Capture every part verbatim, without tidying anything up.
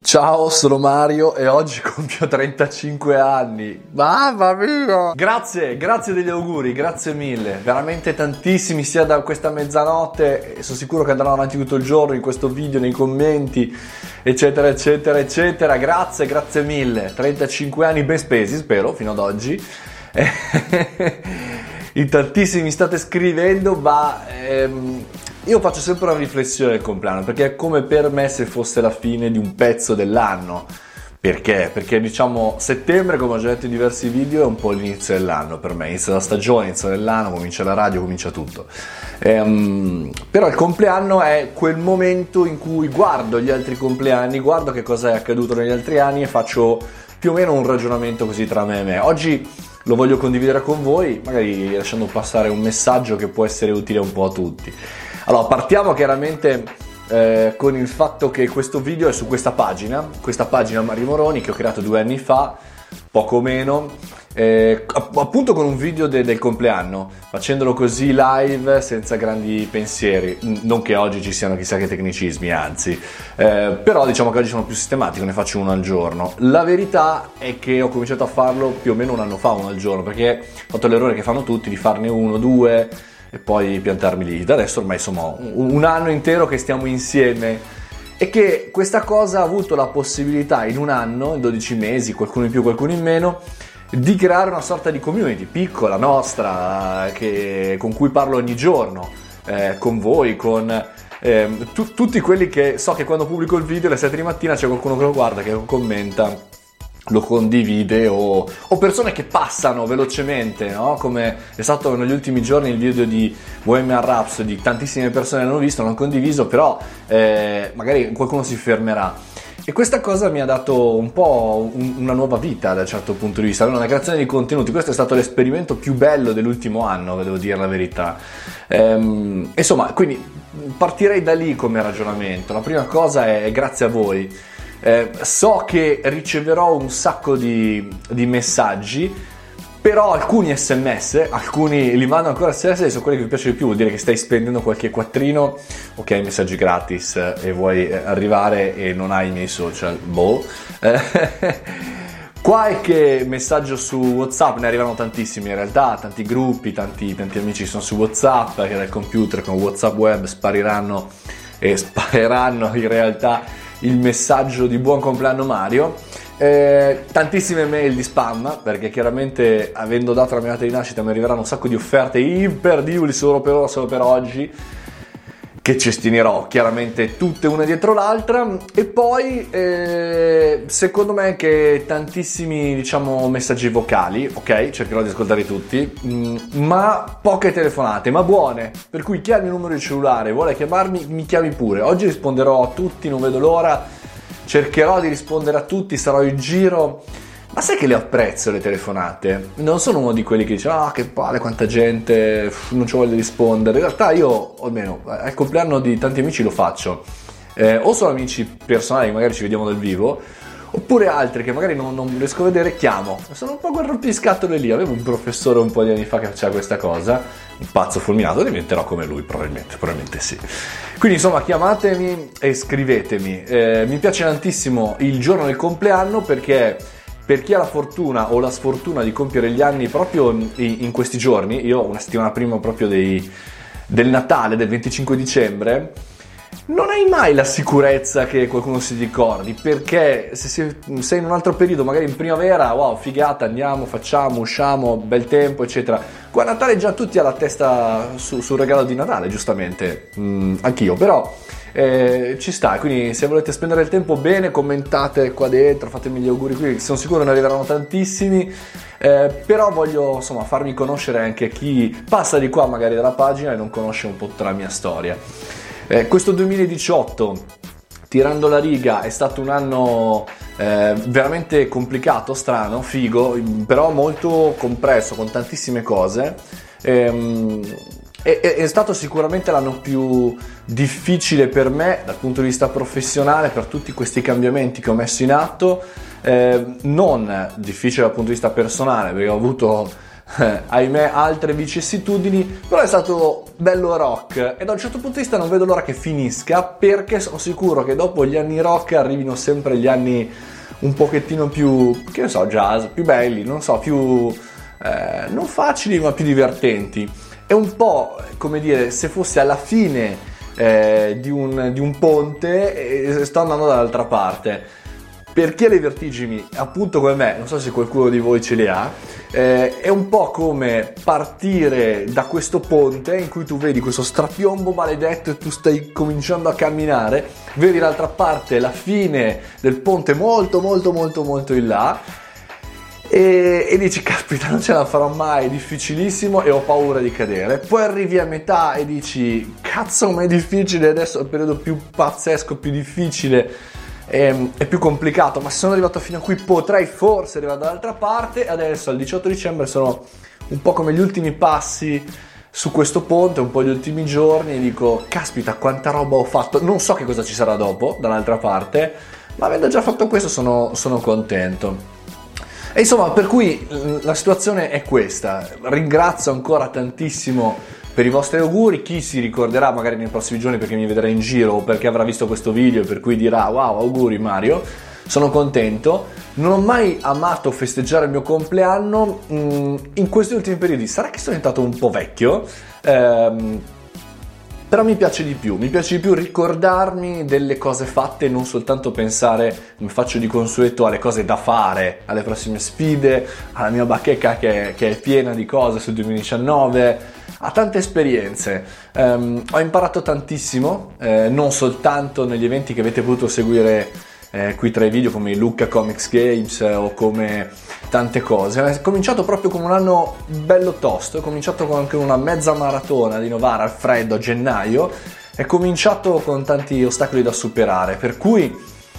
Ciao, sono Mario e oggi compio trentacinque anni. Mamma mia! Grazie, grazie degli auguri, grazie mille. Veramente tantissimi, sia da questa mezzanotte, e sono sicuro che andranno avanti tutto il giorno in questo video, nei commenti, eccetera, eccetera, eccetera. Grazie, grazie mille. trentacinque anni ben spesi, spero, fino ad oggi. In tantissimi state scrivendo, ma ehm, io faccio sempre una riflessione del compleanno, perché è come per me se fosse la fine di un pezzo dell'anno. Perché? Perché diciamo settembre, come ho già detto in diversi video, è un po' l'inizio dell'anno per me, inizia la stagione, inizia dell'anno, comincia la radio, comincia tutto. Ehm, però il compleanno è quel momento in cui guardo gli altri compleanni, guardo che cosa è accaduto negli altri anni e faccio più o meno un ragionamento così tra me e me. Oggi lo voglio condividere con voi, magari lasciando passare un messaggio che può essere utile un po' a tutti. Allora, partiamo chiaramente eh, con il fatto che questo video è su questa pagina, questa pagina Mario Moroni che ho creato due anni fa, poco meno, eh, appunto con un video de- del compleanno, facendolo così live, senza grandi pensieri. Non che oggi ci siano chissà che tecnicismi, anzi, eh, però diciamo che oggi sono più sistematico, ne faccio uno al giorno. La verità è che ho cominciato a farlo più o meno un anno fa, uno al giorno, perché ho fatto l'errore che fanno tutti di farne uno, due e poi piantarmi lì. Da adesso ormai insomma un anno intero che stiamo insieme e che questa cosa ha avuto la possibilità in un anno, in dodici mesi, qualcuno in più, qualcuno in meno, di creare una sorta di community piccola, nostra, che, con cui parlo ogni giorno, eh, con voi, con eh, tu, tutti quelli che so che quando pubblico il video alle sette di mattina c'è qualcuno che lo guarda, che lo commenta, lo condivide, o, o persone che passano velocemente, no? Come è stato negli ultimi giorni il video di Bohemian Rhapsody, tantissime persone l'hanno visto, l'hanno condiviso, però eh, magari qualcuno si fermerà. E questa cosa mi ha dato un po' un, una nuova vita da un certo punto di vista, una creazione di contenuti. Questo è stato l'esperimento più bello dell'ultimo anno, devo dire la verità. Ehm, insomma, quindi partirei da lì come ragionamento. La prima cosa è, è grazie a voi. Eh, so che riceverò un sacco di, di messaggi, però alcuni sms, alcuni li mando ancora sms, sono quelli che mi piace di più. Vuol dire che stai spendendo qualche quattrino, ok, messaggi gratis e vuoi arrivare e non hai i miei social, boh. Qualche messaggio su WhatsApp, ne arrivano tantissimi in realtà, tanti gruppi, tanti, tanti amici sono su WhatsApp, che dal computer con WhatsApp web spariranno e spareranno in realtà il messaggio di buon compleanno Mario. Eh, tantissime mail di spam, perché chiaramente avendo dato la mia data di nascita mi arriveranno un sacco di offerte imperdibili solo per ora, solo per oggi, che cestinerò chiaramente tutte una dietro l'altra. E poi eh, secondo me che tantissimi diciamo messaggi vocali, ok, cercherò di ascoltarli tutti, mh, ma poche telefonate, ma buone, per cui chi ha il mio numero di cellulare e vuole chiamarmi mi chiami pure. Oggi risponderò a tutti, non vedo l'ora, cercherò di rispondere a tutti, sarò in giro. Ma sai che le apprezzo le telefonate? Non sono uno di quelli che dice ah che palle, quanta gente, uff, non ci voglio rispondere. In realtà io, o almeno al compleanno di tanti amici lo faccio, eh, o sono amici personali che magari ci vediamo dal vivo, oppure altri che magari non, non riesco a vedere, chiamo. Sono un po' quel rompiscatole lì. Avevo un professore un po' di anni fa che faceva questa cosa, un pazzo fulminato, diventerò come lui probabilmente, probabilmente sì. Quindi insomma chiamatemi e scrivetemi. Eh, mi piace tantissimo il giorno del compleanno, perché per chi ha la fortuna o la sfortuna di compiere gli anni proprio in, in questi giorni, io una settimana prima proprio dei, del Natale, del venticinque dicembre, non hai mai la sicurezza che qualcuno si ricordi, perché se sei in un altro periodo, magari in primavera, wow, figata, andiamo, facciamo, usciamo, bel tempo, eccetera. Qua a Natale già tutti alla testa su, sul regalo di Natale, giustamente, mm, anch'io, però eh, ci sta. Quindi se volete spendere il tempo bene, commentate qua dentro, fatemi gli auguri qui, sono sicuro ne arriveranno tantissimi. Eh, però voglio insomma farmi conoscere anche chi passa di qua magari dalla pagina e non conosce un po' tutta la mia storia. Eh, questo duemiladiciotto, tirando la riga, è stato un anno eh, veramente complicato, strano, figo, però molto compresso, con tantissime cose. Ehm, è, è stato sicuramente l'anno più difficile per me dal punto di vista professionale, per tutti questi cambiamenti che ho messo in atto. Eh, non difficile dal punto di vista personale, perché ho avuto eh, ahimè altre vicissitudini, però è stato bello rock e da un certo punto di vista non vedo l'ora che finisca, perché sono sicuro che dopo gli anni rock arrivino sempre gli anni un pochettino più, che ne so, jazz, più belli, non so, più eh, non facili ma più divertenti. È un po' come dire, se fosse alla fine eh, di, un, di un ponte e sto andando dall'altra parte. Per chi ha le vertigini, appunto come me, non so se qualcuno di voi ce le ha, eh, è un po' come partire da questo ponte in cui tu vedi questo strapiombo maledetto e tu stai cominciando a camminare, vedi l'altra parte la fine del ponte molto molto molto molto in là e, e dici caspita non ce la farò mai, è difficilissimo e ho paura di cadere. Poi arrivi a metà e dici cazzo ma è difficile, adesso è il periodo più pazzesco, più difficile, è più complicato, ma se sono arrivato fino a qui potrei forse arrivare dall'altra parte. Adesso al diciotto dicembre sono un po' come gli ultimi passi su questo ponte, un po' gli ultimi giorni, e dico caspita quanta roba ho fatto, non so che cosa ci sarà dopo dall'altra parte, ma avendo già fatto questo sono, sono contento. E insomma, per cui la situazione è questa. Ringrazio ancora tantissimo per i vostri auguri, chi si ricorderà magari nei prossimi giorni perché mi vedrà in giro o perché avrà visto questo video per cui dirà wow auguri Mario, sono contento. Non ho mai amato festeggiare il mio compleanno in questi ultimi periodi, sarà che sono diventato un po' vecchio, ehm, però mi piace di più, mi piace di più ricordarmi delle cose fatte e non soltanto pensare, come faccio di consueto, alle cose da fare, alle prossime sfide, alla mia bacheca che, che è piena di cose sul duemiladiciannove, a tante esperienze. Um, ho imparato tantissimo, eh, non soltanto negli eventi che avete potuto seguire eh, qui tra i video come i Lucca Comics Games eh, o come tante cose. È cominciato proprio con un anno bello tosto, è cominciato con anche una mezza maratona di Novara al freddo a gennaio, è cominciato con tanti ostacoli da superare, per cui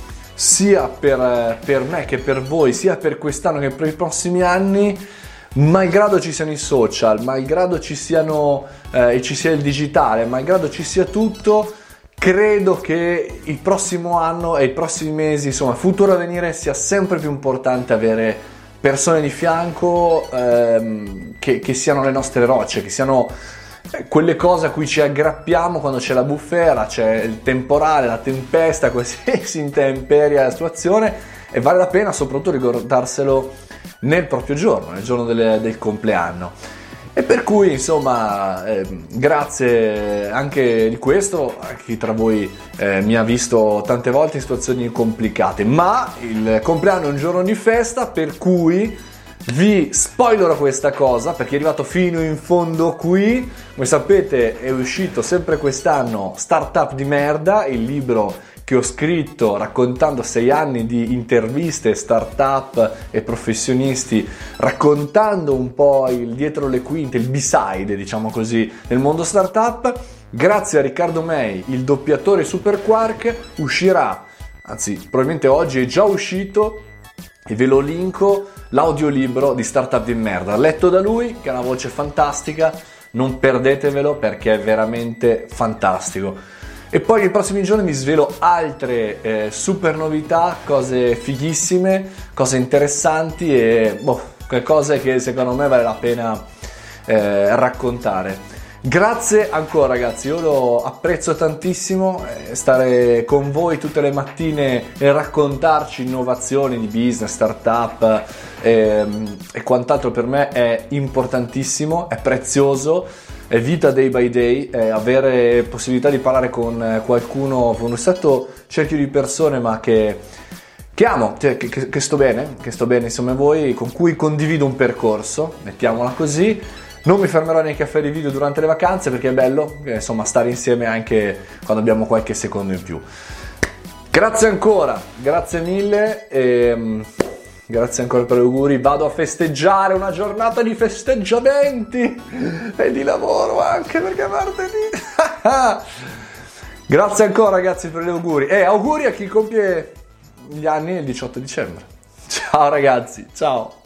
sia per, per me che per voi, sia per quest'anno che per i prossimi anni, malgrado ci siano i social, malgrado ci siano eh, ci sia il digitale, malgrado ci sia tutto, credo che il prossimo anno e i prossimi mesi, insomma il futuro a venire, sia sempre più importante avere persone di fianco ehm, che, che siano le nostre rocce, che siano quelle cose a cui ci aggrappiamo quando c'è la bufera, c'è il temporale, la tempesta, qualsiasi intemperia la situazione, e vale la pena soprattutto ricordarselo nel proprio giorno, nel giorno del, del compleanno. E per cui insomma eh, grazie anche di questo a chi tra voi eh, mi ha visto tante volte in situazioni complicate, ma il compleanno è un giorno di festa, per cui vi spoilerò questa cosa perché è arrivato fino in fondo qui. Come sapete è uscito sempre quest'anno Startup di merda, il libro che ho scritto raccontando sei anni di interviste, startup e professionisti, raccontando un po' il dietro le quinte, il B-side, diciamo così, nel mondo startup. Grazie a Riccardo May, il doppiatore Super Quark, uscirà, anzi probabilmente oggi è già uscito, e ve lo linko, l'audiolibro di Startup di merda, letto da lui, che ha una voce fantastica, non perdetevelo perché è veramente fantastico. E poi nei prossimi giorni vi svelo altre eh, super novità, cose fighissime, cose interessanti e boh, cose che secondo me vale la pena eh, raccontare. Grazie ancora ragazzi, io lo apprezzo tantissimo, eh, stare con voi tutte le mattine e raccontarci innovazioni di business, startup eh, e quant'altro per me è importantissimo, è prezioso. È vita day by day, eh, avere possibilità di parlare con qualcuno, con un certo cerchio di persone, ma che, che amo, cioè, che, che, che sto bene, che sto bene insieme a voi, con cui condivido un percorso, mettiamola così. Non mi fermerò nei caffè di video durante le vacanze perché è bello, eh, insomma, stare insieme anche quando abbiamo qualche secondo in più. Grazie ancora, grazie mille e... grazie ancora per gli auguri, vado a festeggiare una giornata di festeggiamenti e di lavoro anche perché è martedì. Grazie ancora ragazzi per gli auguri e auguri a chi compie gli anni il diciotto dicembre. Ciao ragazzi, ciao.